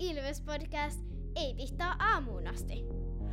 Ilves Podcast, ei pihtaa aamuun asti.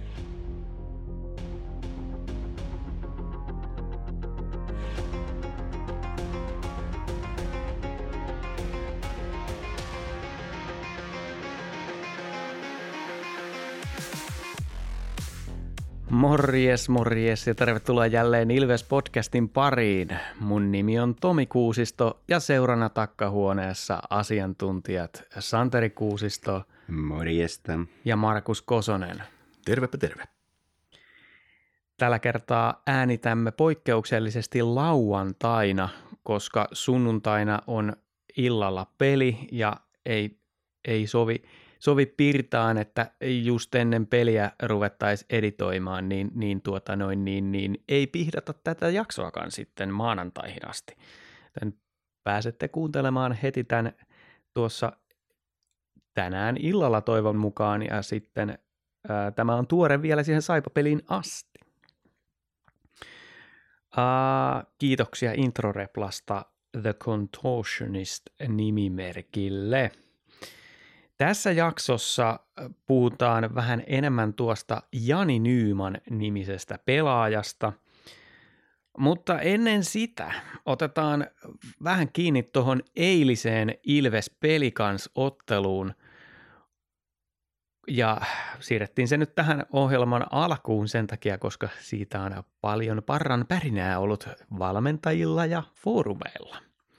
Morjes ja tervetuloa jälleen Ilves-podcastin pariin. Mun nimi on Tomi Kuusisto ja seurana takkahuoneessa asiantuntijat Santeri Kuusisto. Morjesta. Ja Markus Kosonen. Tervepä terve. Tällä kertaa äänitämme poikkeuksellisesti lauantaina, koska sunnuntaina on illalla peli ja ei sovi pirtaan, että just ennen peliä ruvettaisiin editoimaan, niin ei pihdata tätä jaksoakaan sitten maanantaihin asti. Joten pääsette kuuntelemaan heti tämän tuossa tänään illalla toivon mukaan, ja sitten tämä on tuore vielä siihen Saipa-peliin asti. Kiitoksia introreplasta The Contortionist-nimimerkille. Tässä jaksossa puhutaan vähän enemmän tuosta Jani Nyman-nimisestä pelaajasta, mutta ennen sitä otetaan vähän kiinni tuohon eiliseen Ilves-Pelikans-otteluun ja siirrettiin se nyt tähän ohjelman alkuun sen takia, koska siitä on paljon parran pärinää ollut valmentajilla ja foorumeilla.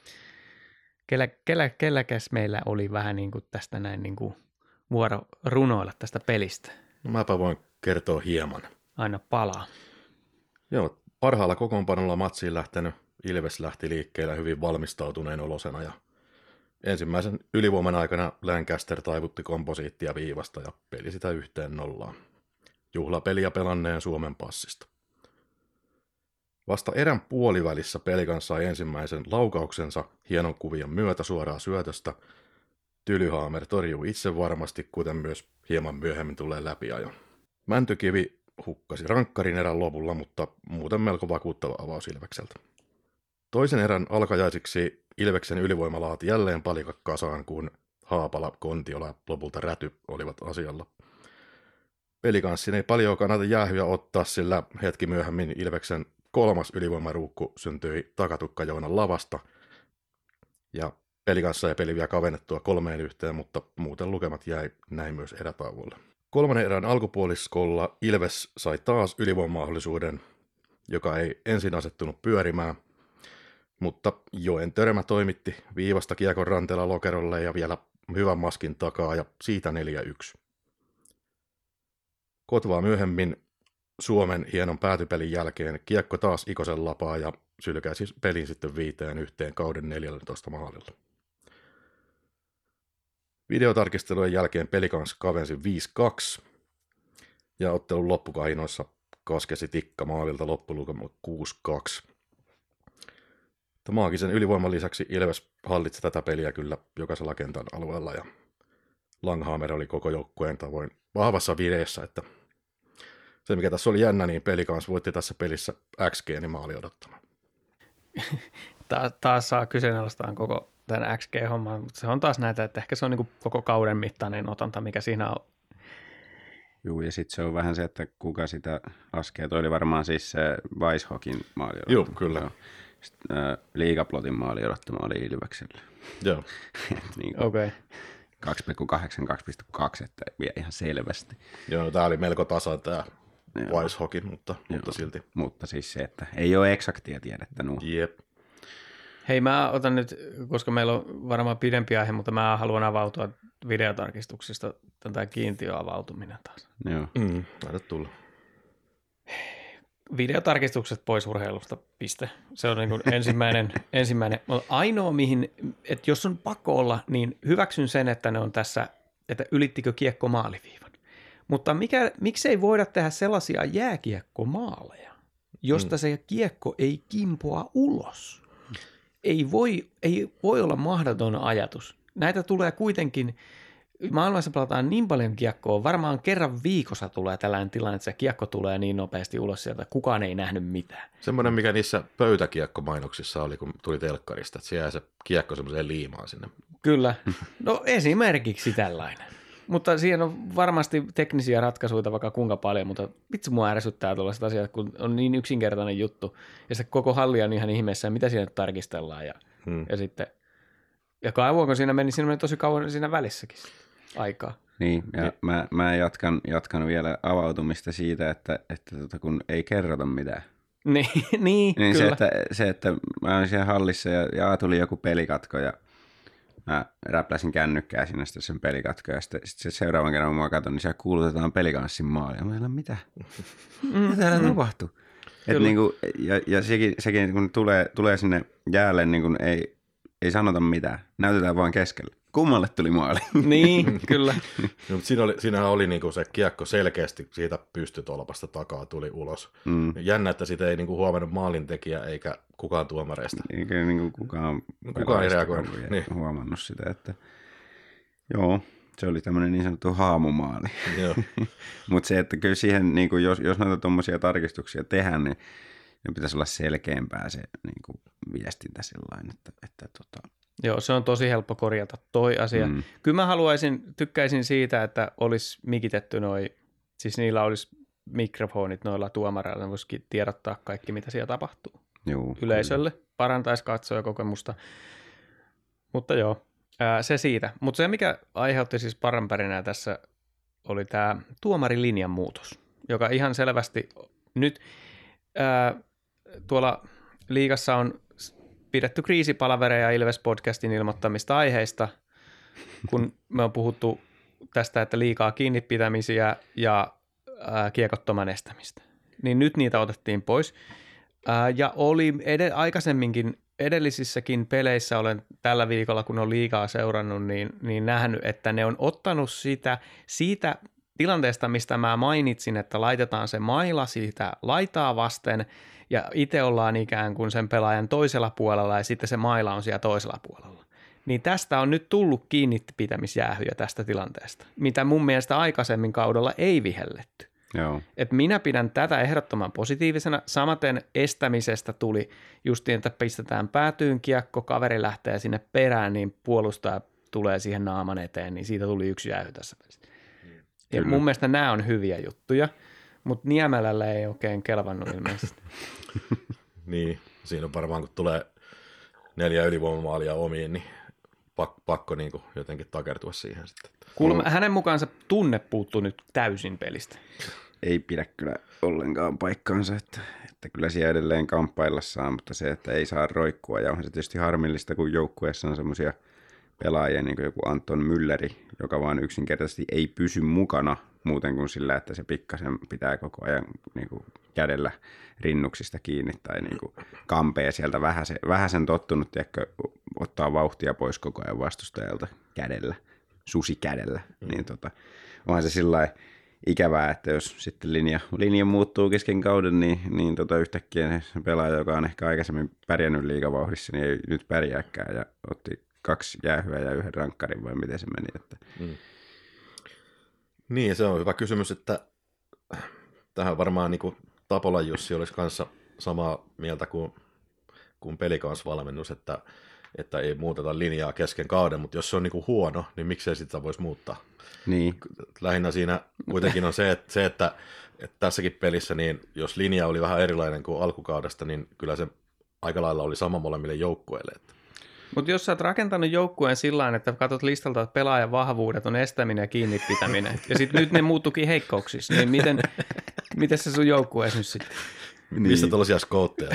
Kelläkäs meillä oli vähän niin kuin tästä näin niin kuin vuoro runoilla tästä pelistä? No, mäpä voin kertoa hieman. Aina palaa. Joo, parhaalla kokoonpanolla matsiin lähtenyt Ilves lähti liikkeelle hyvin valmistautuneen olosena ja ensimmäisen ylivoiman aikana Lancaster taivutti komposiittia viivasta ja peli sitä 1-0. Juhlapeliä pelanneen Suomen passista. Vasta erän puolivälissä Pelikans sai ensimmäisen laukauksensa hienon kuvion myötä suoraan syötöstä. Tylyhaamer torjuu itse varmasti, kuten myös hieman myöhemmin tulee läpiajon. Mäntykivi hukkasi rankkarin erän lopulla, mutta muuten melko vakuuttava avaus Ilvekseltä. Toisen erän alkajaisiksi Ilveksen ylivoima laati jälleen palikat kasaan, kun Haapala, Kontiola lopulta Räty olivat asialla. Pelikanssin ei paljon kannata jäähyä ottaa, sillä hetki myöhemmin Ilveksen kolmas ylivoimaruukku syntyi Takatukka-Joonan lavasta, ja Pelikanssa ei peli vielä kavennettua 3-1, mutta muuten lukemat jäi näin myös erätauolle. Kolmannen erän alkupuoliskolla Ilves sai taas ylivoimamahdollisuuden, joka ei ensin asettunut pyörimään, mutta Joen Törmä toimitti viivasta kiekon ranteella lokerolle ja vielä hyvän maskin takaa, ja siitä 4-1. Kotvaa myöhemmin Suomen hienon päätypelin jälkeen kiekko taas Ikosen lapaa ja sylkäisi pelin sitten 5-1 kauden 14 maalilla. Videotarkistelujen jälkeen Pelikans kavensi 5-2 ja ottelun loppukahinoissa kaskesi tikka maalilta loppulukema 6-2. Maagisen ylivoiman lisäksi Ilves hallitsi tätä peliä kyllä jokaisella kentän alueella ja Langhammer oli koko joukkueen tavoin vahvassa vireessä, että se, mikä tässä oli jännä, niin Pelikans voitti tässä pelissä XG-ni maali odottamaan. Taas saa kyseenalaistaan koko tämän XG-homman, mutta se on taas näitä, että ehkä se on niin kuin koko kauden mittainen otanta, mikä siinä on. Joo, ja sitten se on vähän se, että kuka sitä laskee. Toi oli varmaan siis se Weisshockin maali odottama. Joo, kyllä. Sitten Liigaplotin maali odottama oli Ilvekselle. Joo. Niin Okei. 2,8, 2,2, että vielä ihan selvästi. Joo, no, tämä oli melko tasa tämä Weisshockin, mutta silti. Mutta siis se, että ei ole eksaktia tiedettä nuo. Jep. Hei, mä otan nyt, koska meillä on varmaan pidempi aihe, mutta mä haluan avautua videotarkistuksista tätä kiintiöavautuminen taas. Joo. Taida tulla. Videotarkistukset pois urheilusta, piste. Se on niin kuin ensimmäinen. Ainoa mihin, että jos on pakko olla, niin hyväksyn sen, että ne on tässä, että ylittikö kiekko maaliviivan. Mutta miksei voida tehdä sellaisia jääkiekkomaaleja, josta se kiekko ei kimpoa ulos? Ei voi olla mahdoton ajatus. Näitä tulee kuitenkin, maailmassa pelataan niin paljon kiekkoa, varmaan kerran viikossa tulee tällainen tilanne, että se kiekko tulee niin nopeasti ulos sieltä, että kukaan ei nähnyt mitään. Semmoinen, mikä niissä pöytäkiekkomainoksissa oli, kun tuli telkkarista, että siellä jää se kiekko semmoiseen liimaan sinne. Kyllä, no esimerkiksi tällainen. Mutta siihen on varmasti teknisiä ratkaisuja vaikka kuinka paljon, mutta vitsi mua ärsyttää tuollaiset asiat, kun on niin yksinkertainen juttu. Ja se koko halli on ihan ihmeessä, mitä siinä tarkistellaan. Ja sitten, ja kauanko siinä meni tosi kauan siinä välissäkin aikaa. Niin, ja mä jatkan vielä avautumista siitä, että kun ei kerrota mitään. Niin kyllä. Se, että mä olin siellä hallissa ja tuli joku pelikatko ja mä räpläsin kännykkää sinne sen pelikatko ja sitten se seuraavan kerran, kun mä katson, niin siellä kuulutetaan pelikanssin maali. Ja mä olin, mitä? Mitä täällä tapahtuu? Niinku, ja sekin, kun tulee sinne jäälle, niin kun ei sanota mitään. Näytetään vaan keskelle. Kummalle tuli maali? Niin, kyllä. No, siinähän oli niinku se kiekko selkeästi siitä pystytolpasta takaa tuli ulos. Jännä, että sitä ei niinku huomannut maalintekijä eikä kukaan tuomareista. Eikä niinku kukaan ei reagoinut. Niin. Huomannut sitä, että joo, se oli tämmöinen niin sanottu haamumaali. Mutta se, että kyllä siihen, niinku, jos noita tuommoisia tarkistuksia tehdään, niin pitäisi olla selkeämpää se niinku, viestintä sillain, että Joo, se on tosi helppo korjata toi asia. Kyllä mä tykkäisin siitä, että olisi mikitetty siis niillä olisi mikrofonit noilla tuomareilla, ne voisikin tiedottaa kaikki, mitä siellä tapahtuu. Joo, yleisölle. Parantaisi katsojakokemusta. Mutta joo, se siitä. Mutta se, mikä aiheutti siis paranpärinää tässä, oli tämä tuomarilinjan muutos, joka ihan selvästi nyt tuolla liigassa on pidetty kriisipalavereja Ilves-podcastin ilmoittamista aiheista, kun me on puhuttu tästä, että liikaa kiinni pitämisiä ja kiekottoman estämistä. Niin nyt niitä otettiin pois. Ja oli aikaisemminkin edellisissäkin peleissä olen tällä viikolla, kun on liigaa seurannut, niin nähnyt, että ne on ottanut siitä tilanteesta, mistä mä mainitsin, että laitetaan se maila siitä laitaa vasten ja itse ollaan ikään kuin sen pelaajan toisella puolella ja sitten se maila on siellä toisella puolella. Niin tästä on nyt tullut kiinnipitämisjäähyjä tästä tilanteesta, mitä mun mielestä aikaisemmin kaudella ei vihelletty. Joo. Et minä pidän tätä ehdottoman positiivisena. Samaten estämisestä tuli justiin, että pistetään päätyyn kiekko, kaveri lähtee sinne perään, niin puolustaja tulee siihen naaman eteen, niin siitä tuli yksi jäähy tässä pelissä. Ja mun mielestä nämä on hyviä juttuja, mutta Niemelällä ei oikein kelvannut ilmeisesti. Niin, siinä on varmaan, kun tulee 4 ylivoimamaalia omiin, niin pakko niin kuin jotenkin takertua siihen sitten. Kuulemma hänen mukaansa tunne puuttuu nyt täysin pelistä. Ei pidä kyllä ollenkaan paikkaansa, että kyllä siellä edelleen kamppailla saa, mutta se, että ei saa roikkua. Ja onhan se tietysti harmillista, kun joukkueessa on semmoisia pelaajia, niin kuin joku Anton Mülleri, joka vaan yksinkertaisesti ei pysy mukana muuten kuin sillä, että se pikkasen pitää koko ajan niin kuin kädellä rinnuksista kiinni tai niin kuin kampee sieltä vähäsen tottunut, tiedätkö, ottaa vauhtia pois koko ajan vastustajalta kädellä, susikädellä. Niin onhan se sillä ikävää, että jos sitten linja muuttuu kesken kauden, niin yhtäkkiä se pelaaja, joka on ehkä aikaisemmin pärjännyt liigavauhdissa, niin ei nyt pärjääkään ja otti 2 jäähyä ja 1 rankkarin, vai miten se meni? Että... Niin, se on hyvä kysymys, että tähän varmaan niin kuin Tapolan Jussi olisi kanssa samaa mieltä kuin pelikansvalmennus, että ei muuteta linjaa kesken kauden, mutta jos se on niin kuin huono, niin miksei sitä voisi muuttaa? Niin. Lähinnä siinä kuitenkin on se, että tässäkin pelissä, niin jos linja oli vähän erilainen kuin alkukaudesta, niin kyllä se aika lailla oli sama molemmille joukkueille. Mutta jos sä oot rakentanut joukkueen sillä että katsot listalta, että pelaajan vahvuudet on estäminen ja kiinni pitäminen, ja sitten nyt ne muuttuikin heikkouksissa, niin miten se sun joukkueesi nyt sitten? Niin. Mistä tuollaisia skoutteja?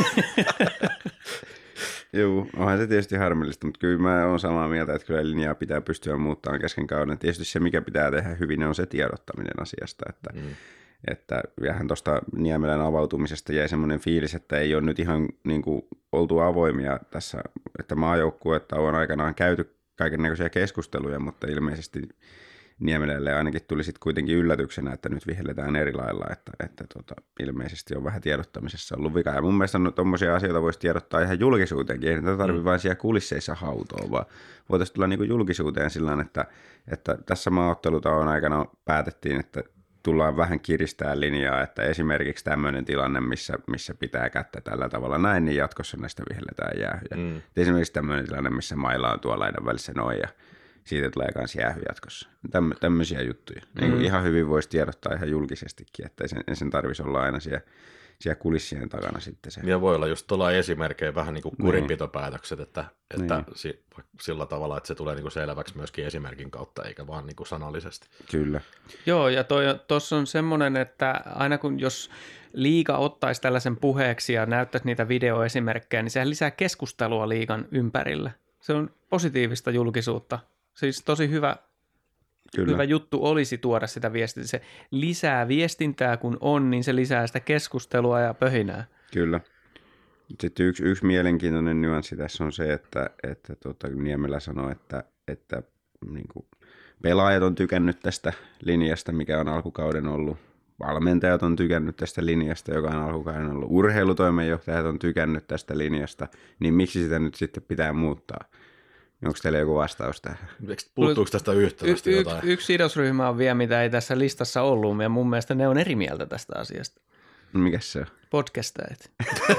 Joo, onhan se tietysti harmillista, mutta kyllä mä oon samaa mieltä, että kyllä linjaa pitää pystyä muuttamaan kesken kauden. Tietysti se, mikä pitää tehdä hyvin, on se tiedottaminen asiasta, että vähän tuosta Niemelän avautumisesta jäi semmoinen fiilis, että ei ole nyt ihan niin kuin oltu avoimia tässä, että maajoukkuetta on aikanaan käyty kaikennäköisiä keskusteluja, mutta ilmeisesti Niemelälle ainakin tuli sitten kuitenkin yllätyksenä, että nyt vihelletään eri lailla, että ilmeisesti on vähän tiedottamisessa ollut vika. Ja mun mielestä tuommoisia asioita voisi tiedottaa ihan julkisuuteenkin, ei niitä tarvitse vain siellä kulisseissa hautoa, vaan voitaisiin tulla niin julkisuuteen sillä että tässä maaotteluta on aikana päätettiin, että tullaan vähän kiristää linjaa, että esimerkiksi tämmöinen tilanne, missä pitää kättä tällä tavalla näin, niin jatkossa näistä vihelletään jäähyjä. Esimerkiksi tämmöinen tilanne, missä mailla on tuolla laidan välissä noin siitä tulee kans jäähy jatkossa. Tämmöisiä juttuja. Niin kuin ihan hyvin voisi tiedottaa ihan julkisestikin, että ei sen tarvitsisi olla aina siellä kulissien takana sitten se. Ja voi olla just tuolla esimerkkejä vähän niin kuin kurinpitopäätökset, että sillä tavalla, että se tulee niin kuin selväksi myöskin esimerkin kautta, eikä vaan niin kuin sanallisesti. Kyllä. Joo, ja tuossa on semmoinen, että aina kun jos liiga ottaisi tällaisen puheeksi ja näyttäisi niitä videoesimerkkejä, niin sehän lisää keskustelua liigan ympärillä. Se on positiivista julkisuutta. Siis tosi hyvä juttu olisi tuoda sitä viestintää. Se lisää viestintää, kun on, niin se lisää sitä keskustelua ja pöhinää. Kyllä. Sitten yksi mielenkiintoinen nyanssi tässä on se, että Niemelä sanoi, että niin kuin pelaajat on tykännyt tästä linjasta, mikä on alkukauden ollut. Valmentajat on tykännyt tästä linjasta, joka on alkukauden ollut. Urheilutoimenjohtajat on tykännyt tästä linjasta. Niin miksi sitä nyt sitten pitää muuttaa? Onko teillä joku vastaus tähän? Puuttuuko tästä yhtälöstä jotain? Yksi sidosryhmä on vielä, mitä ei tässä listassa ollut, ja mun mielestä ne on eri mieltä tästä asiasta. Mikäs se on? Podcastajat.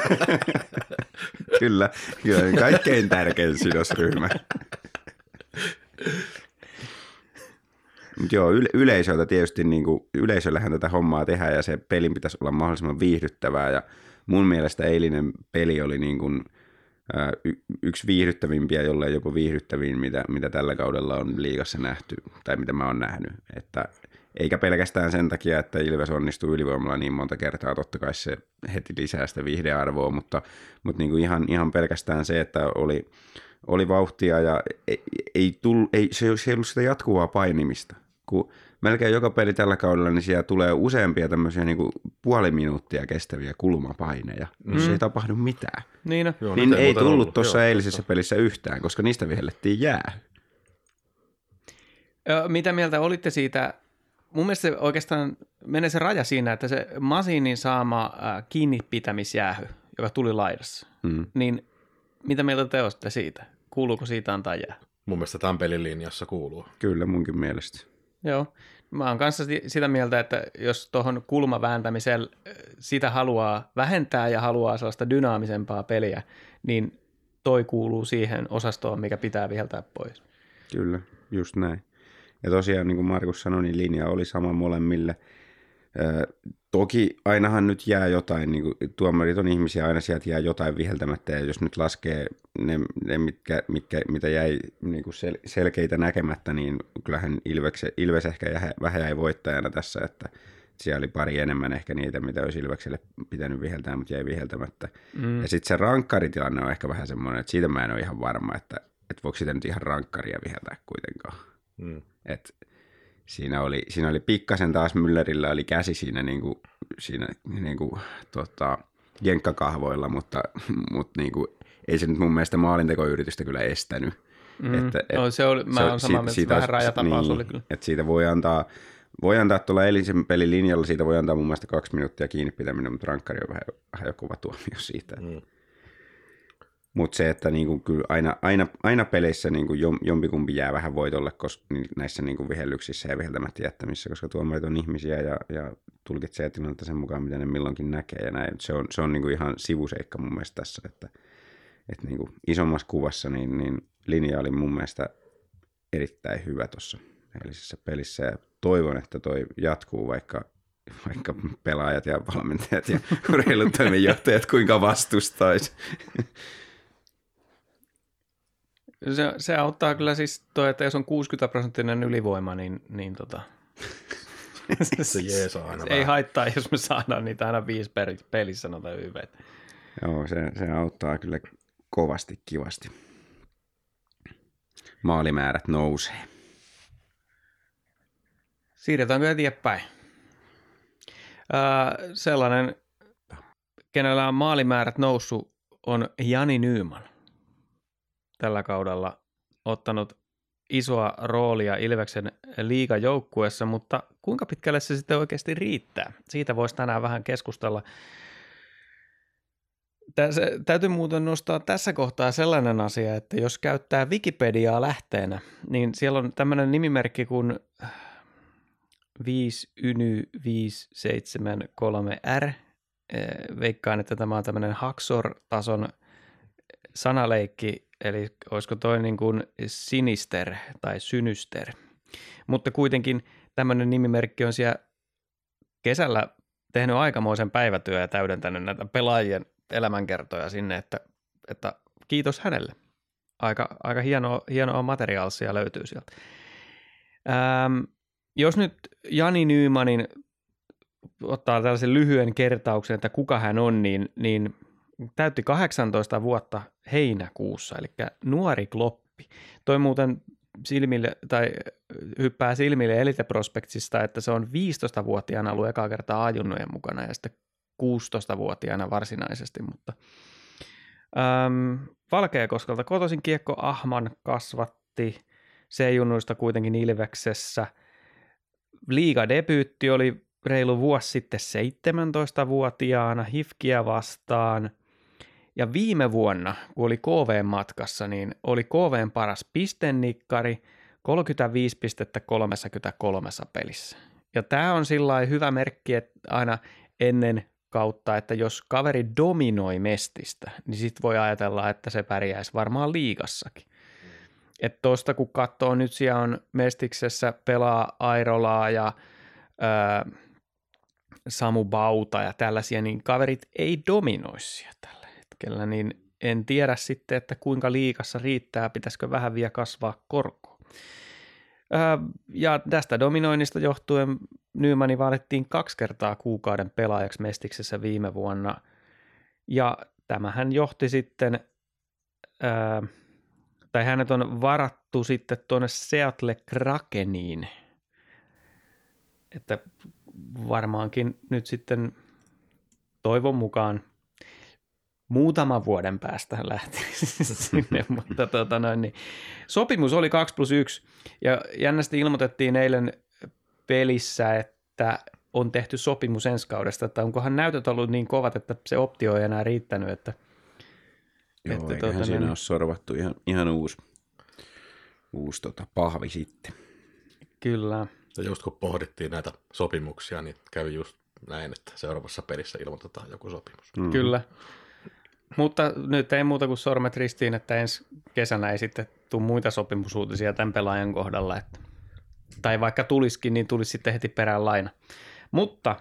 Kyllä, kaikkein tärkein sidosryhmä. Mutta joo, yleisöltä tietysti, niin kuin, yleisöllähän tätä hommaa tehdään ja se pelin pitäisi olla mahdollisimman viihdyttävää ja mun mielestä eilinen peli oli niin kuin, yksi viihdyttävimpiä, jollei jopa viihdyttäviin, mitä tällä kaudella on liigassa nähty tai mitä mä oon nähnyt. Että, eikä pelkästään sen takia, että Ilves onnistuu ylivoimalla niin monta kertaa, totta kai se heti lisää sitä viihdearvoa, mutta niin kuin ihan pelkästään se, että oli vauhtia ja se ei ollut sitä jatkuvaa painimista. Kun melkein joka peli tällä kaudella, niin siellä tulee useampia tämmöisiä niin kuin puoli minuuttia kestäviä kulmapaineja, jos ei tapahdu mitään. Niin, niin ei tullut tuossa eilisessä pelissä yhtään, koska niistä vihellettiin jäähy. Mitä mieltä olitte siitä? Mun mielestä se oikeastaan menee se raja siinä, että se Masinin saama kiinnipitämisjäähy, joka tuli laidassa, niin mitä mieltä te olette siitä? Kuuluuko siitä antaa jäähy? Mun mielestä tämän pelin linjassa kuuluu. Kyllä, munkin mielestä. Joo. Mä oon kanssa sitä mieltä, että jos tuohon kulmavääntämiseen sitä haluaa vähentää ja haluaa sellaista dynaamisempaa peliä, niin toi kuuluu siihen osastoon, mikä pitää viheltää pois. Kyllä, just näin. Ja tosiaan, niin kuin Markus sanoi, niin linja oli sama molemmille. Toki ainahan nyt jää jotain, niin kuin tuomarit on ihmisiä, aina sieltä jää jotain viheltämättä, ja jos nyt laskee ne mitä jäi niin kuin selkeitä näkemättä, niin kyllähän Ilves ehkä vähän jäi voittajana tässä, että siellä oli pari enemmän ehkä niitä, mitä olisi Ilvekselle pitänyt viheltää, mutta jäi viheltämättä. Ja sitten se rankkaritilanne on ehkä vähän semmoinen, että siitä mä en ole ihan varma, että voiko sitä nyt ihan rankkaria viheltää kuitenkaan. Että siinä oli pikkasen taas Müllerillä oli käsi siinä jenkkakahvoilla, mutta niinku, ei se nyt mun mielestä maalintekoyritystä kyllä estänyt. Mä oon samaa mieltä, vähän rajatapaus oli kyllä. Että siitä voi antaa tuolla eilisen pelin linjalla, siitä voi antaa mun mielestä 2 minuuttia kiinni pitäminen, mutta rankkari on vähän jo kova tuomio siitä. Mutta se, että niinku kyllä aina peleissä niinku jompikumpi jää vähän voitolle näissä niinku vihellyksissä ja viheltämättä jättämissä, koska tuomarit on ihmisiä ja tulkitsee tilannetta sen mukaan, mitä ne milloinkin näkee. Ja näin. Se on niinku ihan sivuseikka mun mielestä tässä, että niinku isommassa kuvassa niin linja oli mun mielestä erittäin hyvä tuossa eilisessä pelissä. Ja toivon, että toi jatkuu, vaikka pelaajat ja valmentajat ja urheilutoimenjohtajat kuinka vastustaisi. Se auttaa kyllä siis toi, että jos on 60% ylivoima, niin se jeesaa aina ei haittaa, jos me saadaan niitä aina 5 pelissä, sanotaan hyvät. Joo, se auttaa kyllä kovasti kivasti. Maalimäärät nousee. Siirretäänkö eteenpäin? Sellainen, kenellä on maalimäärät noussut, on Jani Nyman. Tällä kaudella ottanut isoa roolia Ilveksen liigajoukkueessa, mutta kuinka pitkälle se sitten oikeasti riittää? Siitä voisi tänään vähän keskustella. Täytyy muuten nostaa tässä kohtaa sellainen asia, että jos käyttää Wikipediaa lähteenä, niin siellä on tämmöinen nimimerkki kuin 5YNY573R. Veikkaan, että tämä on tämmöinen Haxor-tason sanaleikki eli olisiko toi niin kuin Sinister tai Synyster. Mutta kuitenkin tämmöinen nimimerkki on siellä kesällä tehnyt aikamoisen päivätyö ja täydentänyt näitä pelaajien elämänkertoja sinne, että kiitos hänelle. Aika hienoa materiaalia löytyy sieltä. Jos nyt Jani Nymanin ottaa tällaisen lyhyen kertauksen, että kuka hän on, niin täytti 18 vuotta heinäkuussa, eli nuori kloppi. Toi muuten silmille, tai hyppää silmille Elite Prospectsista, että se on 15-vuotiaana ollut ekaa kertaa ajunnojen mukana ja sitten 16-vuotiaana varsinaisesti, mutta Valkeakoskelta kotoisin Kiekko Ahman kasvatti C-junnuista kuitenkin Ilveksessä. Liigadebyytti oli reilu vuosi sitten 17-vuotiaana HIFKiä vastaan. Ja viime vuonna, kun oli KV-matkassa, niin oli KVn paras pistenikkari, 35 pistettä 33 pelissä. Ja tämä on sillain hyvä merkki, että aina ennen kautta, että jos kaveri dominoi Mestistä, niin sitten voi ajatella, että se pärjäisi varmaan liigassakin. Että tuosta kun katsoo, nyt siellä on Mestiksessä pelaa Airolaa ja Samu Bauta ja tällaisia, niin kaverit ei dominoi siellä tällä hetkellä, niin en tiedä sitten, että kuinka liigassa riittää, pitäisikö vähän vielä kasvaa korkoa. Ja tästä dominoinnista johtuen Nymani valittiin 2 kertaa kuukauden pelaajaksi Mestiksessä viime vuonna, ja tämähän johti sitten, tai hänet on varattu sitten tuonne Seattle Krakeniin, että varmaankin nyt sitten toivon mukaan muutaman vuoden päästä lähti sinne, mutta niin. Sopimus oli 2+1 ja jännästi ilmoitettiin eilen pelissä, että on tehty sopimus ensi kaudesta, että onkohan näytöt ollut niin kovat, että se optio ei enää riittänyt, että joo, eiköhän siinä ole sorvattu ihan uusi pahvi sitten. Kyllä. Ja just kun pohdittiin näitä sopimuksia, niin kävi just näin, että seuraavassa pelissä ilmoitetaan joku sopimus. Kyllä. Mutta nyt ei muuta kuin sormet ristiin, että ensi kesänä ei sitten tule muita sopimusuutisia tämän pelaajan kohdalla. Tai vaikka tulisikin, niin tulisi sitten heti perään laina. Mutta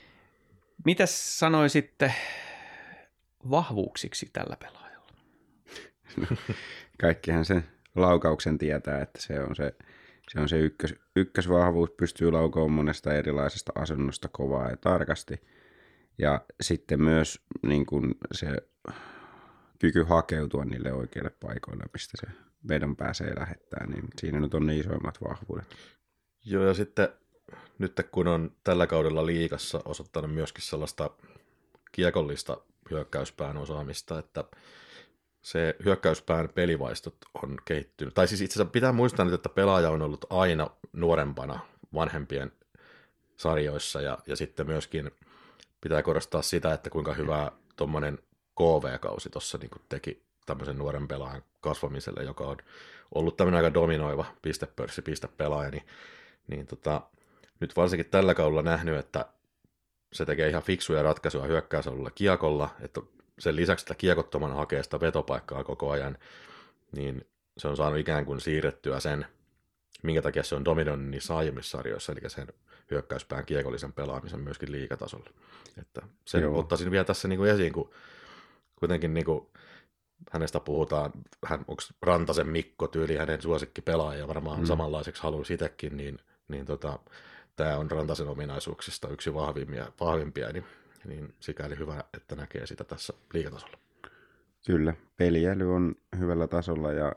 mitäs sanoisitte vahvuuksiksi tällä pelaajalla? No, kaikkihan sen laukauksen tietää, että se on se ykkösvahvuus, pystyy laukoon monesta erilaisesta asennosta kovaa ja tarkasti. Ja sitten myös niin kuin se kyky hakeutua niille oikeille paikoille, mistä se vedon pääsee lähettämään, niin siinä nyt on ne isoimmat vahvuudet. Joo, ja sitten nyt kun on tällä kaudella liigassa osoittanut myöskin sellaista kiekollista hyökkäyspään osaamista, että se hyökkäyspään pelivaistot on kehittynyt. Tai siis itse asiassa pitää muistaa nyt, että pelaaja on ollut aina nuorempana vanhempien sarjoissa, ja sitten myöskin pitää korostaa sitä, että kuinka hyvä tuommoinen KV-kausi tuossa niin teki tämmöisen nuoren pelaajan kasvamiselle, joka on ollut tämmöinen aika dominoiva pistepörssi, pistepelaaja, niin nyt varsinkin tällä kaudella nähnyt, että se tekee ihan fiksuja ratkaisuja hyökkäysalueella kiekolla, että sen lisäksi, että kiekottomana hakee sitä vetopaikkaa koko ajan, niin se on saanut ikään kuin siirrettyä sen, minkä takia se on dominoinut niissä aiemmissa sarjoissa, eli sen hyökkäyspään kiekollisen pelaamisen myöskin liigatasolla. Että sen ottaisin vielä tässä niin kuin esiin, kun kuitenkin niin kuin hänestä puhutaan, onko Rantasen Mikko tyyli hänen suosikkipelaaja, ja varmaan samanlaiseksi haluaisi itsekin, niin tämä on Rantasen ominaisuuksista yksi vahvimpia, niin sikäli hyvä, että näkee sitä tässä liigatasolla. Kyllä, peliäly on hyvällä tasolla ja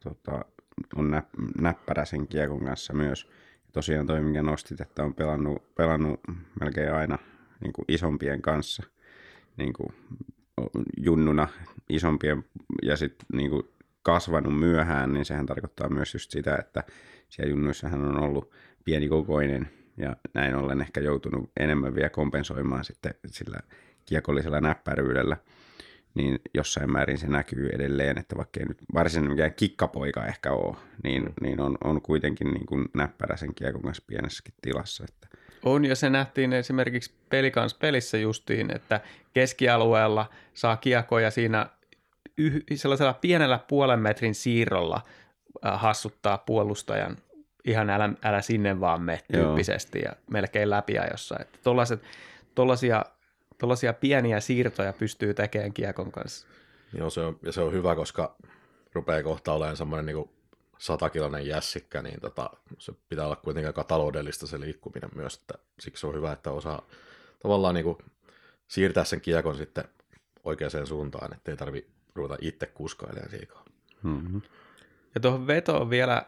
on näppärä sen kiekon kanssa myös. Ja tosiaan toi, minkä nostit, että on pelannut melkein aina niin kuin isompien kanssa, niin kuin junnuna isompien ja sitten niin kuin kasvanut myöhään, niin sehän tarkoittaa myös just sitä, että siellä junnuissa hän on ollut pienikokoinen ja näin ollen ehkä joutunut enemmän vielä kompensoimaan sitten sillä kiekollisella näppäryydellä. Niin jossain määrin se näkyy edelleen, että vaikka ei nyt varsinainen mikään kikkapoika ehkä ole, niin on kuitenkin niin kuin näppärä sen kiekon kanssa pienessäkin tilassa. Että. On, ja se nähtiin esimerkiksi pelissä justiin, että keskialueella saa kiekoja siinä sellaisella pienellä 0,5 metrin siirrolla hassuttaa puolustajan ihan älä sinne vaan mene tyyppisesti ja melkein läpiajossa. Että tollaisia pieniä siirtoja pystyy tekemään kiekon kanssa. Joo, se on hyvä, koska rupeaa kohta olemaan semmoinen niin 100-kiloinen jässikkä, niin se pitää olla kuitenkin aika taloudellista se liikkuminen myös, että siksi on hyvä, että osaa tavallaan niin kuin siirtää sen kiekon sitten oikeaan suuntaan, ettei tarvitse ruveta itse kuskailemaan liikaa. Mm-hmm. Ja tuohon vetoon vielä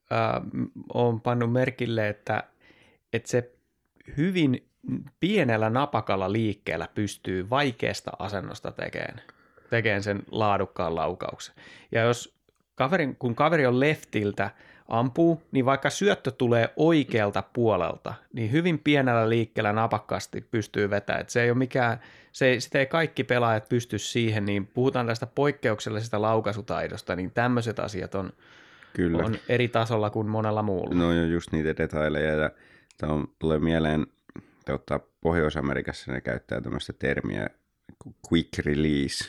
olen pannut merkille, että se hyvin pienellä napakalla liikkeellä pystyy vaikeasta asennosta tekemään sen laadukkaan laukauksen. Ja kun kaveri on leftiltä ampuu, niin vaikka syöttö tulee oikealta puolelta, niin hyvin pienellä liikkeellä napakkaasti pystyy vetämään. Se ei ole mikään, sitä ei kaikki pelaajat pysty siihen, niin puhutaan tästä poikkeuksellisesta laukaisutaidosta, niin tämmöiset asiat on eri tasolla kuin monella muulla. No on just niitä detaileja, ja tulee mieleen, Pohjois-Amerikassa ne käyttää tämmöistä termiä quick release.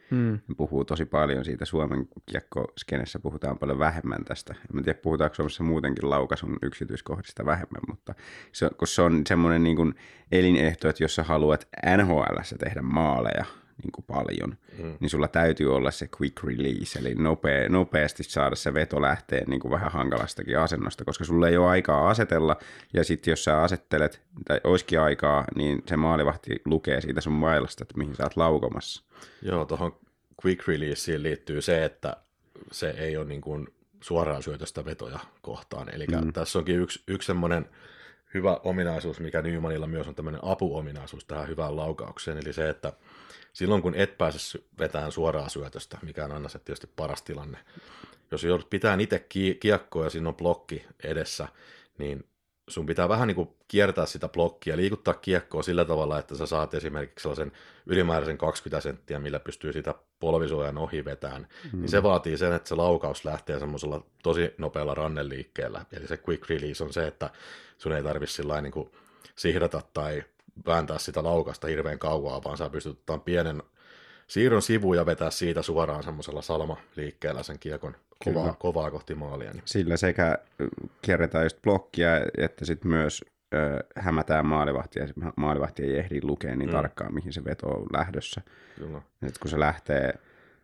Puhuu tosi paljon siitä. Suomen kiekkoskenessä puhutaan paljon vähemmän tästä. En tiedä, puhutaanko Suomessa muutenkin laukaisun yksityiskohdista vähemmän, mutta kun se on semmoinen niin kuin elinehto, että jos sä haluat NHL:ssä tehdä maaleja niin kuin paljon, niin sulla täytyy olla se quick release, eli nopeasti saada se veto lähteen niin kuin vähän hankalastakin asennosta, koska sulla ei ole aikaa asetella, ja sitten jos sä asettelet, tai olisikin aikaa, niin se maalivahti lukee siitä sun mailasta, että mihin sä oot laukomassa. Joo, tuohon quick releaseen liittyy se, että se ei ole niin kuin suoraan syötöstä vetoja kohtaan, eli tässä onkin yksi semmoinen hyvä ominaisuus, mikä Nymanilla myös on tämmöinen apuominaisuus tähän hyvään laukaukseen, eli se, että silloin kun et pääse vetämään suoraan syötöstä, mikä on aina se tietysti paras tilanne, jos joudut pitämään itse kiekkoa ja siinä on blokki edessä, niin sun pitää vähän niin kuin kiertää sitä blokkia, liikuttaa kiekkoa sillä tavalla, että sä saat esimerkiksi sellaisen ylimääräisen 20 senttiä, millä pystyy sitä polvisuojan ohi vetämään, niin se vaatii sen, että se laukaus lähtee semmoisella tosi nopealla ranneliikkeellä. Eli se quick release on se, että sun ei tarvitse sillain niin kuin sihdata tai vääntää sitä laukasta hirveän kauaa, vaan sä pystyt ottamaan pienen siirron sivuun ja vetää siitä suoraan semmoisella salmaliikkeellä sen kiekon kovaa kohti maalia. Niin. Sillä sekä kierretään just blokkia, että sitten myös hämätään maalivahtia. Maalivahti ei ehdi lukea niin tarkkaan, mihin se veto on lähdössä. Kyllä. Nyt kun se lähtee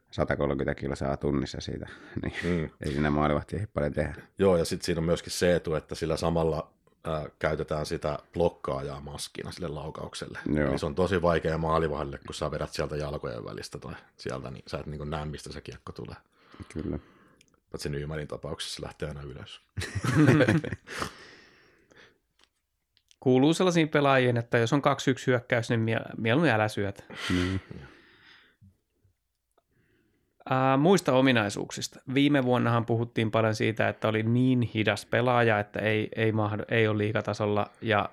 130 kilsaa tunnissa siitä, niin ei siinä maalivahti ehdi paljon tehdä. Joo, ja sitten siinä on myöskin se etu, että sillä samalla käytetään sitä blokkaajaa maskina sille laukaukselle. Joo. Eli se on tosi vaikea maalivahdille, kun sä vedät sieltä jalkojen välistä tai sieltä, niin sä et niin näe, mistä se kiekko tulee. Kyllä. Patsi Nymanin tapauksessa lähtee aina ylös. Kuuluu sellaisiin pelaajiin, että jos on 2-1 hyökkäys, niin mieluummin älä syötä. Muista ominaisuuksista. Viime vuonnahan puhuttiin paljon siitä, että oli niin hidas pelaaja, että ei ole liigatasolla. Ja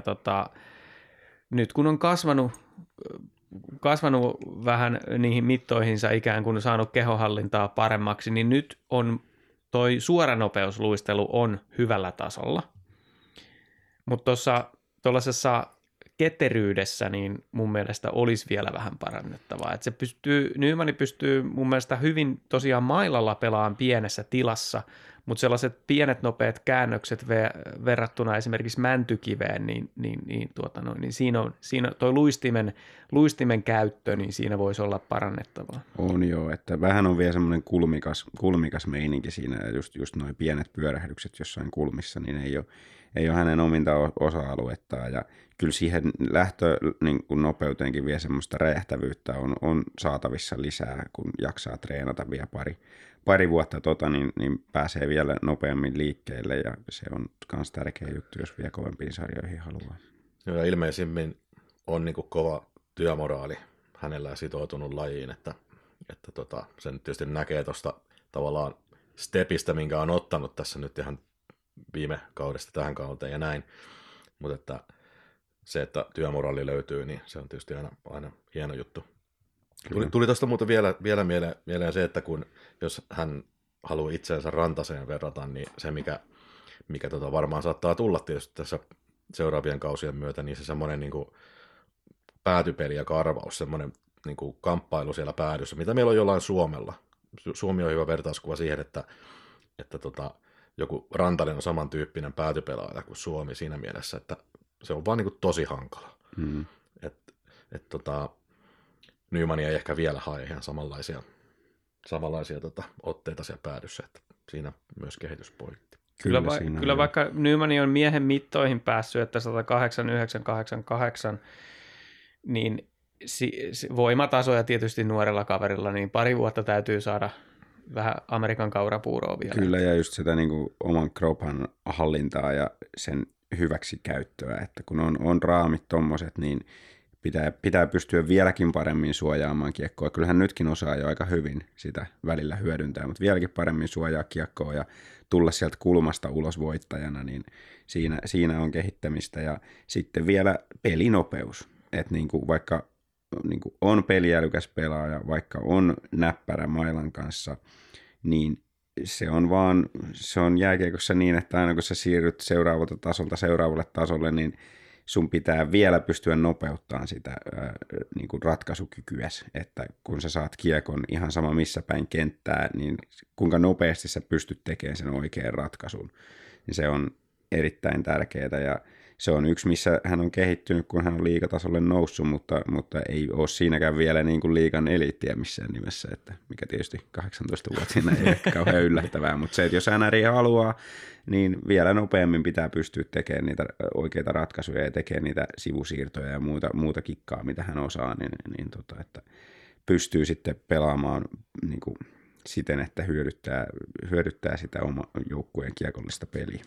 nyt kun on kasvanut vähän niihin mittoihinsa, ikään kuin saanut kehohallintaa paremmaksi, niin nyt on toi suoranopeusluistelu on hyvällä tasolla. Mutta tuollaisessa ketteryydessä niin mun mielestä olisi vielä vähän parannettavaa. Et Nyman pystyy mun mielestä hyvin tosiaan mailalla pelaamaan pienessä tilassa, mutta sellaiset pienet nopeat käännökset verrattuna esimerkiksi Mäntykiveen, niin siinä toi luistimen käyttö, niin siinä voisi olla parannettavaa. On joo, että vähän on vielä semmoinen kulmikas meininki siinä, ja just nuo pienet pyörähdykset jossain kulmissa, niin ei ole hänen ominta osa-aluettaan, ja kyllä siihen niin kun nopeuteenkin vielä semmoista räjähtävyyttä on saatavissa lisää, kun jaksaa treenata vielä pari vuotta niin pääsee vielä nopeammin liikkeelle, ja se on myös tärkeä juttu, jos vielä kovempiin sarjoihin haluaa. Ja ilmeisimmin on niin kuin kova työmoraali hänellä sitoutunut lajiin, että sen tietysti näkee tuosta tavallaan stepistä, minkä on ottanut tässä nyt ihan viime kaudesta tähän kauteen ja näin, mutta että se, että työmoraali löytyy, niin se on tietysti aina hieno juttu. Tuli tuosta muuten vielä mieleen se, että jos hän haluaa itseensä Rantaseen verrata, niin se, mikä varmaan saattaa tulla tietysti tässä seuraavien kausien myötä, niin se semmoinen niin kuin päätypeli ja karvaus, semmoinen niin kuin kamppailu siellä päädyssä, mitä meillä on jollain Suomella. Suomi on hyvä vertauskuva siihen, että joku Rantanen on samantyyppinen päätypelaaja kuin Suomi siinä mielessä, että se on vaan niin kuin tosi hankala. Nyman ei ehkä vielä hae ihan samanlaisia otteita siellä päädyssä, että siinä myös kehityspointti. Kyllä vaikka Nyman on miehen mittoihin päässyt, että 189,88, niin voimatasoja tietysti nuorella kaverilla, niin pari vuotta täytyy saada vähän Amerikan kaurapuuroa vielä. Kyllä, ja just sitä niin kuin oman kropan hallintaa ja sen hyväksikäyttöä, että kun on raamit tommoset, niin pitää pystyä vieläkin paremmin suojaamaan kiekkoa. Kyllähän nytkin osaa jo aika hyvin sitä välillä hyödyntää, mutta vieläkin paremmin suojaa kiekkoa ja tulla sieltä kulmasta ulos voittajana, niin siinä on kehittämistä. Ja sitten vielä pelinopeus, että niin kuin vaikka niin kuin on peliälykäs pelaaja, vaikka on näppärä mailan kanssa, niin se on jääkiekossa niin, että aina kun sä siirryt seuraavalta tasolta seuraavalle tasolle, niin sun pitää vielä pystyä nopeuttamaan sitä niin kuin ratkaisukykyäsi, että kun sä saat kiekon ihan sama missä päin kenttää, niin kuinka nopeasti sä pystyt tekemään sen oikean ratkaisun. Niin se on erittäin tärkeää ja se on yksi, missä hän on kehittynyt, kun hän on liigatasolle noussut, mutta ei ole siinäkään vielä niin kuin liigan eliittiä missään nimessä, että mikä tietysti 18-vuotiaana ei ehkä kauhean yllättävää, mutta se, että jos NRI haluaa, niin vielä nopeammin pitää pystyä tekemään niitä oikeita ratkaisuja ja tekemään niitä sivusiirtoja ja muuta kikkaa, mitä hän osaa, että pystyy sitten pelaamaan niin kuin siten, että hyödyttää sitä oma joukkueen kiekollista peliä.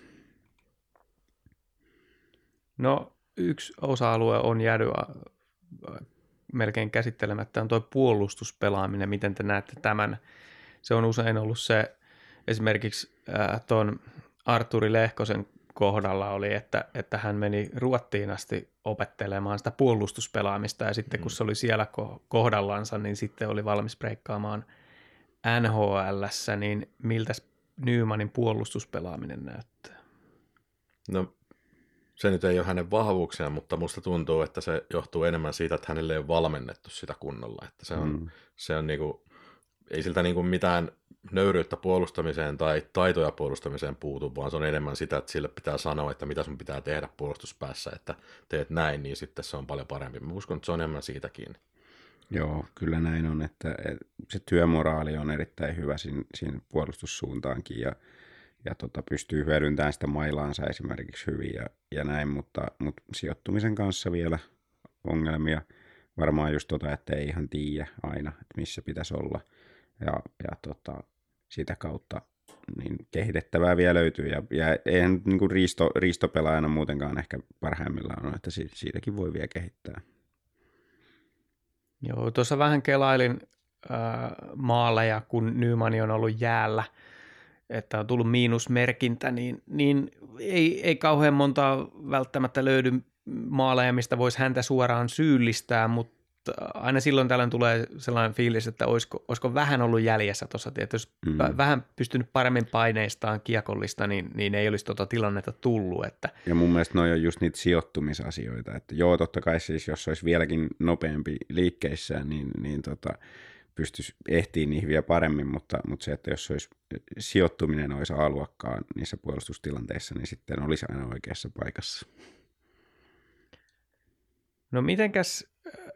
No yksi osa-alue on jäänyt melkein käsittelemättä, on tuo puolustuspelaaminen. Miten te näette tämän? Se on usein ollut se, esimerkiksi tuon Arturi Lehkosen kohdalla oli, että hän meni Ruottiin asti opettelemaan sitä puolustuspelaamista ja sitten kun se oli siellä kohdallansa, niin sitten oli valmis breikkaamaan NHL:ssä, niin miltä Nymanin puolustuspelaaminen näyttää? No se nyt ei ole hänen vahvuuksiaan, mutta musta tuntuu, että se johtuu enemmän siitä, että hänelle ei ole valmennettu sitä kunnolla. Että se on niinku, ei siltä niinku mitään nöyryyttä puolustamiseen tai taitoja puolustamiseen puutu, vaan se on enemmän sitä, että sille pitää sanoa, että mitä sun pitää tehdä puolustuspäässä, että teet näin, niin sitten se on paljon parempi. Mä uskon, että se on enemmän siitä kiinni. Joo, kyllä näin on, että se työmoraali on erittäin hyvä siinä puolustussuuntaankin ja pystyy hyödyntämään sitä mailaansa esimerkiksi hyvin ja näin, mutta sijoittumisen kanssa vielä ongelmia. Varmaan just että ei ihan tiedä aina, että missä pitäisi olla ja sitä kautta niin kehitettävää vielä löytyy ja eihän niin kuin riistopelaajana muutenkaan ehkä parhaimmillaan ole, että siitäkin voi vielä kehittää. Joo, tuossa vähän kelailin maaleja, kun Nyman on ollut jäällä, että on tullut miinusmerkintä, niin ei kauhean monta välttämättä löydy maaleja, mistä voisi häntä suoraan syyllistää, mutta aina silloin tällöin tulee sellainen fiilis, että olisiko vähän ollut jäljessä tuossa, että jos vähän pystynyt paremmin paineistaan kiekollista, niin ei olisi tilannetta tullut. Että. Ja mun mielestä noi on just niitä sijoittumisasioita, että joo, totta kai siis, jos olisi vieläkin nopeampi liikkeissään, niin pystyisi ehtimään niihin vielä paremmin, mutta se, että jos olisi sijoittuminen olisi A-luokkaan niissä puolustustilanteissa, niin sitten olisi aina oikeassa paikassa. No mitenkäs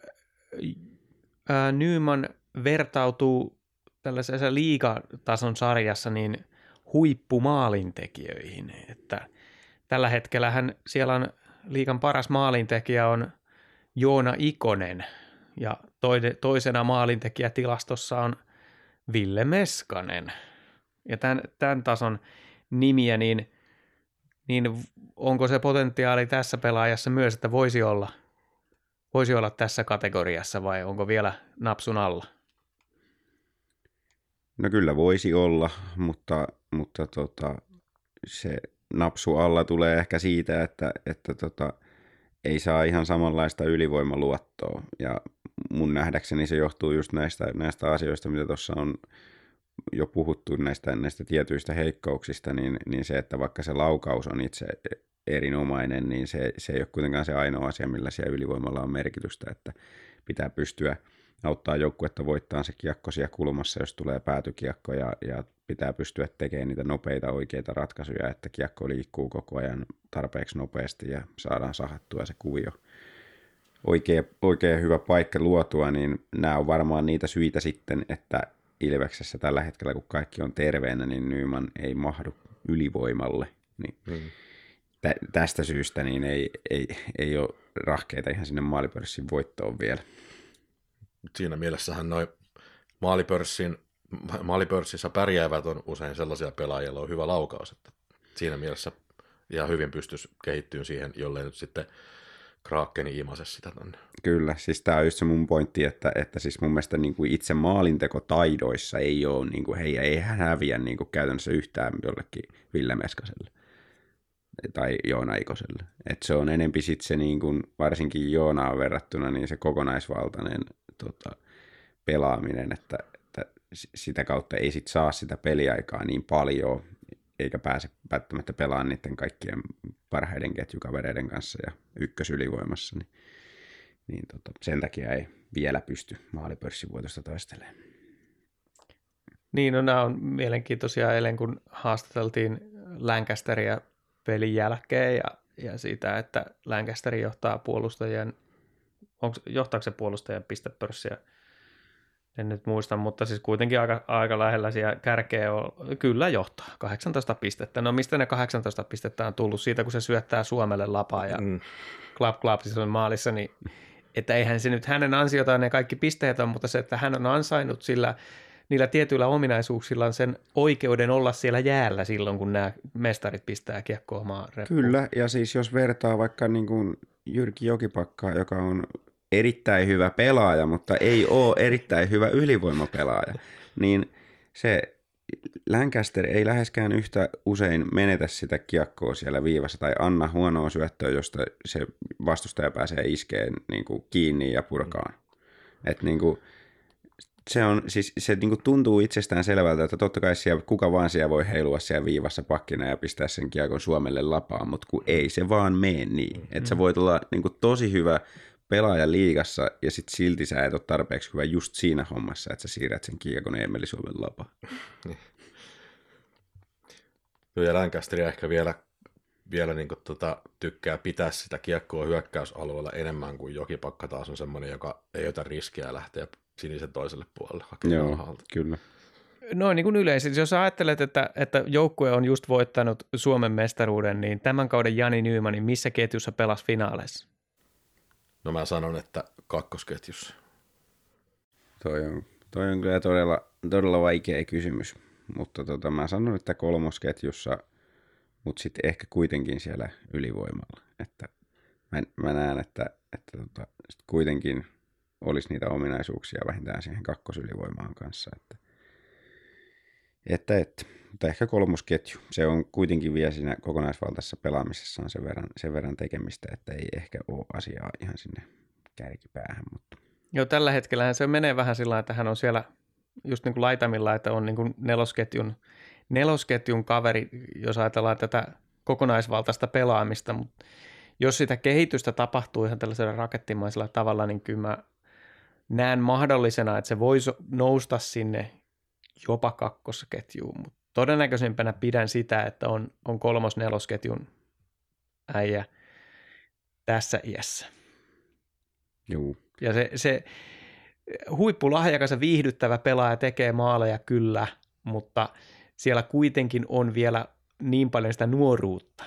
Nyman vertautuu tällaisessa liigatason sarjassa niin huippumaalintekijöihin, että tällä hetkellähän siellä on liigan paras maalintekijä on Joona Ikonen ja toisena maalintekijätilastossa on Ville Meskanen. Ja tämän tason nimiä, niin onko se potentiaali tässä pelaajassa myös, että voisi olla tässä kategoriassa vai onko vielä napsun alla? No kyllä voisi olla, mutta se napsu alla tulee ehkä siitä, että ei saa ihan samanlaista ylivoimaluottoa. Ja mun nähdäkseni se johtuu just näistä asioista, mitä tuossa on jo puhuttu näistä tietyistä heikkouksista, niin se, että vaikka se laukaus on itse erinomainen, niin se ei ole kuitenkaan se ainoa asia, millä siellä ylivoimalla on merkitystä, että pitää pystyä auttaa joukkuetta voittaa se kiekko siellä kulmassa, jos tulee päätykiekko ja pitää pystyä tekemään niitä nopeita oikeita ratkaisuja, että kiekko liikkuu koko ajan tarpeeksi nopeasti ja saadaan sahattua se kuvio oikein hyvä paikka luotua, niin nämä on varmaan niitä syitä sitten, että Ilveksessä tällä hetkellä, kun kaikki on terveenä, niin Nyman ei mahdu ylivoimalle. Niin tästä syystä niin ei ole rahkeita ihan sinne maalipörssin voittoon vielä. Siinä mielessähän noi maalipörssissä pärjäävät on usein sellaisia pelaajia, joilla on hyvä laukaus, että siinä mielessä ihan hyvin pystyisi kehittyä siihen, jollei nyt sitten Krakeni imase sitä tonne. Kyllä, siis tämä on just se mun pointti, että siis mun mielestä niin kuin itse maalintekotaidoissa ei ole, niin kuin, ei hän häviä niin kuin käytännössä yhtään jollekin Ville Meskaselle tai Joona Ikoselle. Et se on enempi sitten se, niin kuin, varsinkin Joonaan verrattuna, niin se kokonaisvaltainen pelaaminen, että sitä kautta ei sit saa sitä peliaikaa niin paljon, eikä pääse välttämättä pelaamaan niiden kaikkien parhaiden ketjukavereiden kanssa ja ykkösylivoimassa, niin sen takia ei vielä pysty maalipörssivuotosta taistelemaan. Niin, no nämä on mielenkiintoisia eilen, kun haastateltiin Lancasteria pelin jälkeen ja siitä, että Lancaster johtaa johtaako se puolustajien pistepörssiä? En nyt muista, mutta siis kuitenkin aika lähellä siellä kärkeä on. Kyllä johtaa, 18 pistettä. No mistä ne 18 pistettä on tullut? Siitä, kun se syöttää Suomelle lapaa ja klap siis on maalissa, niin että eihän se nyt hänen ansiotaan ne kaikki pisteet on, mutta se, että hän on ansainnut niillä tietyillä ominaisuuksillaan sen oikeuden olla siellä jäällä silloin, kun nämä mestarit pistää kiekkoa maan reppuun. Kyllä, ja siis jos vertaa vaikka niin kuin Jyrki Jokipakkaa, joka on erittäin hyvä pelaaja, mutta ei ole erittäin hyvä ylivoimapelaaja, niin se Lancaster ei läheskään yhtä usein menetä sitä kiekkoa siellä viivassa tai anna huonoa syöttöä, josta se vastustaja pääsee iskeen niin kuin kiinni ja purkaan. Et niin kuin, se niin kuin tuntuu itsestään selvältä, että totta kai siellä, kuka vaan siellä voi heilua siellä viivassa pakkina ja pistää sen kiekon Suomelle lapaan, mutta kun ei se vaan mene niin. Että sä voit olla niin kuin tosi hyvä pelaaja liigassa ja sit silti sä et ole tarpeeksi hyvä just siinä hommassa, että sä siirrät sen kiekon Eemeli Suomen lapaan. Joo, ja Lancaster ehkä vielä niin kuin tykkää pitää sitä kiekkoa hyökkäysalueella enemmän kuin Jokipakka taas on semmoinen, joka ei ota riskiä lähteä sinisen toiselle puolelle hakemaan alhaalta. Kyllä. No niin kuin yleisesti, jos ajattelet, että joukkue on just voittanut Suomen mestaruuden, niin tämän kauden Jani Nyman, niin missä ketjussa pelasi finaaleissa? No mä sanon, että kakkosketjussa. Toi on kyllä todella vaikea kysymys, mutta mä sanon, että kolmosketjussa, mutta sitten ehkä kuitenkin siellä ylivoimalla. Että mä näen, että sit kuitenkin olisi niitä ominaisuuksia vähintään siihen kakkosylivoimaan kanssa. Mutta ehkä kolmosketju. Se on kuitenkin vielä siinä kokonaisvaltaisessa pelaamisessa on sen verran tekemistä, että ei ehkä ole asiaa ihan sinne kärkipäähän. Mutta. Joo, tällä hetkellähän se menee vähän sillä, että hän on siellä just niin kuin laitamilla, että on niin kuin nelosketjun kaveri, jos ajatellaan tätä kokonaisvaltaista pelaamista, mutta jos sitä kehitystä tapahtuu ihan tällaisella rakettimaisella tavalla, niin kyllä mä näen mahdollisena, että se voisi nousta sinne jopa kakkosketjuun, mutta todennäköisempänä pidän sitä, että on kolmos-nelosketjun äijä tässä iässä. Juu. Ja se huippulahjakas ja viihdyttävä pelaaja tekee maaleja kyllä, mutta siellä kuitenkin on vielä niin paljon sitä nuoruutta,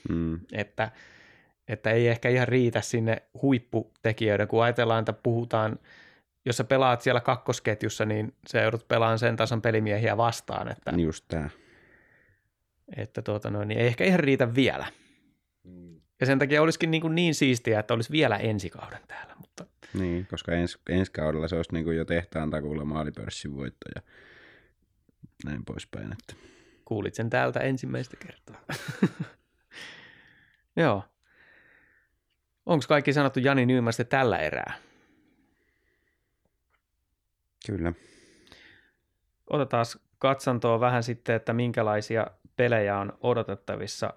että ei ehkä ihan riitä sinne huipputekijöiden, kun ajatellaan, että puhutaan, jos sä pelaat siellä kakkosketjussa, niin sä joudut pelaamaan sen tason pelimiehiä vastaan. Että, just tämä. Että niin ei ehkä ihan riitä vielä. Ja sen takia olisikin niin siistiä, että olisi vielä ensi kauden täällä. Mutta. Niin, koska ensi kaudella se olisi niin kuin jo tehtaan takuulla maalipörssin voitto ja näin poispäin. Että. Kuulit sen täältä ensimmäistä kertaa. Joo. Onko kaikki sanottu Jani Nymästä tällä erää? Kyllä. Otetaan katsantoa vähän sitten, että minkälaisia pelejä on odotettavissa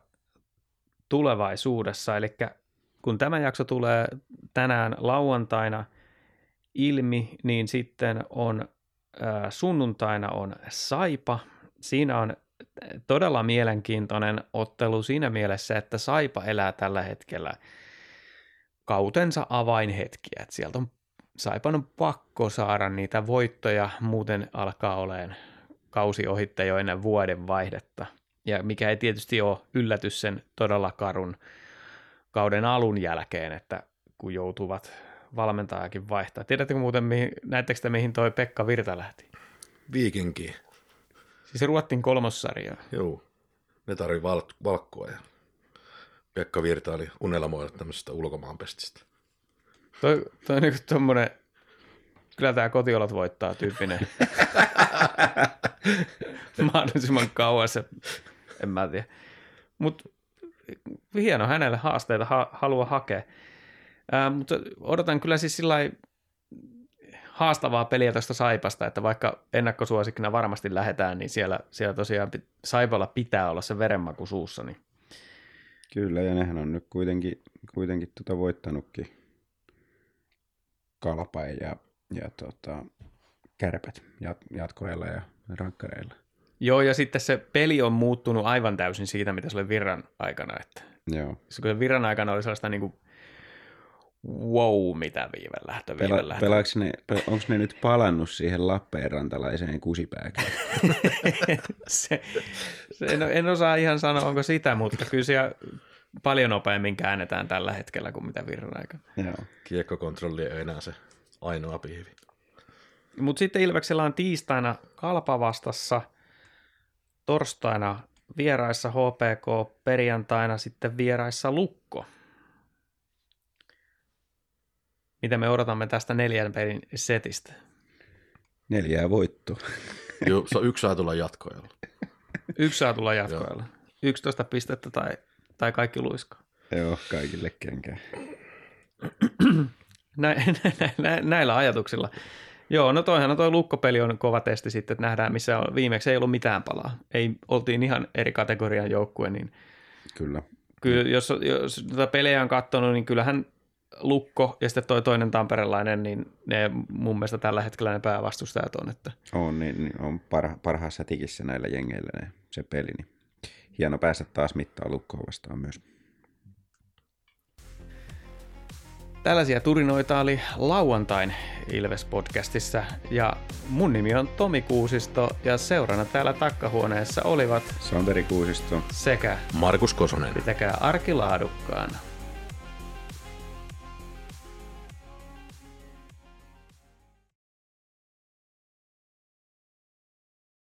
tulevaisuudessa. Eli kun tämä jakso tulee tänään lauantaina, ilmi, niin sitten on sunnuntaina on Saipa. Siinä on todella mielenkiintoinen ottelu siinä mielessä, että Saipa elää tällä hetkellä kautensa avainhetkiä. Et sieltä Saipan on pakko saada niitä voittoja, muuten alkaa olemaan kausi ohitte jo ennen vuoden vaihdetta. Ja mikä ei tietysti ole yllätys sen todella karun kauden alun jälkeen, että kun joutuvat valmentajakin vaihtaa. Tiedättekö muuten, näettekö te, mihin toi Pekka Virta lähti? Viikinki. Siis Ruotsin kolmossarjaa. Joo, ne tarvii valkkoa ja Pekka Virta oli unelmoilla tämmöisestä ulkomaanpestistä. Toi on niin tommonen, kyllä tää kotiolot voittaa tyyppinen. Mahdollisimman kauas, en mä tiedä. Mutta hieno hänelle haasteita halua hakea. Mutta odotan kyllä siis sillai haastavaa peliä tuosta Saipasta, että vaikka ennakkosuosikkina varmasti lähdetään, niin siellä tosiaan Saipalla pitää olla se verenmaku suussa. Niin. Kyllä, ja nehän on nyt kuitenkin voittanutkin Kalpain ja Kärpät jatkoajalla ja rankkareilla. Joo, ja sitten se peli on muuttunut aivan täysin siitä, mitä se oli Virran aikana. Että Joo. kun se Virran aikana oli sellaista niin kuin wow, mitä viivelähtö. Onko ne nyt palannut siihen Lappeenrantalaiseen kusipääkään? En osaa ihan sanoa, onko sitä, mutta kyllä siellä paljon nopeammin käännetään tällä hetkellä kuin mitä Virran aikana. Joo. Kiekkokontrolli ei enää se ainoa piivi. Mutta sitten Ilveksellä on tiistaina Kalpa vastassa, torstaina vieraissa HPK, perjantaina sitten vieraissa Lukko. Mitä me odotamme tästä 4 pelin setistä? 4 voittoa. Joo, se on 1 saa tulla jatkoajalla. 1 saa tulla jatkoajalla. 11 pistettä tai kaikki luiskaa. Joo, kaikille kenkään. Näillä ajatuksilla. Joo, no toihan toi Lukko-peli on kova testi sitten, että nähdään missä on. Viimeksi ei ollut mitään palaa. Oltiin ihan eri kategorian joukkue, niin Kyllä. Kyllä, jos tätä pelejä on katsonut, niin kyllähän Lukko ja sitten toi toinen tamperelainen, niin ne mun mielestä tällä hetkellä ne päävastustajat on. Että. Niin on parhaassa tikissä näillä jengeillä se peli. Niin hieno päästä taas mittaan Lukkoon vastaan myös. Tällaisia turinoita oli lauantain Ilves-podcastissa ja mun nimi on Tomi Kuusisto ja seurana täällä takkahuoneessa olivat Santeri Kuusisto sekä Markus Kosonen. pitäkää arki laadukkaana.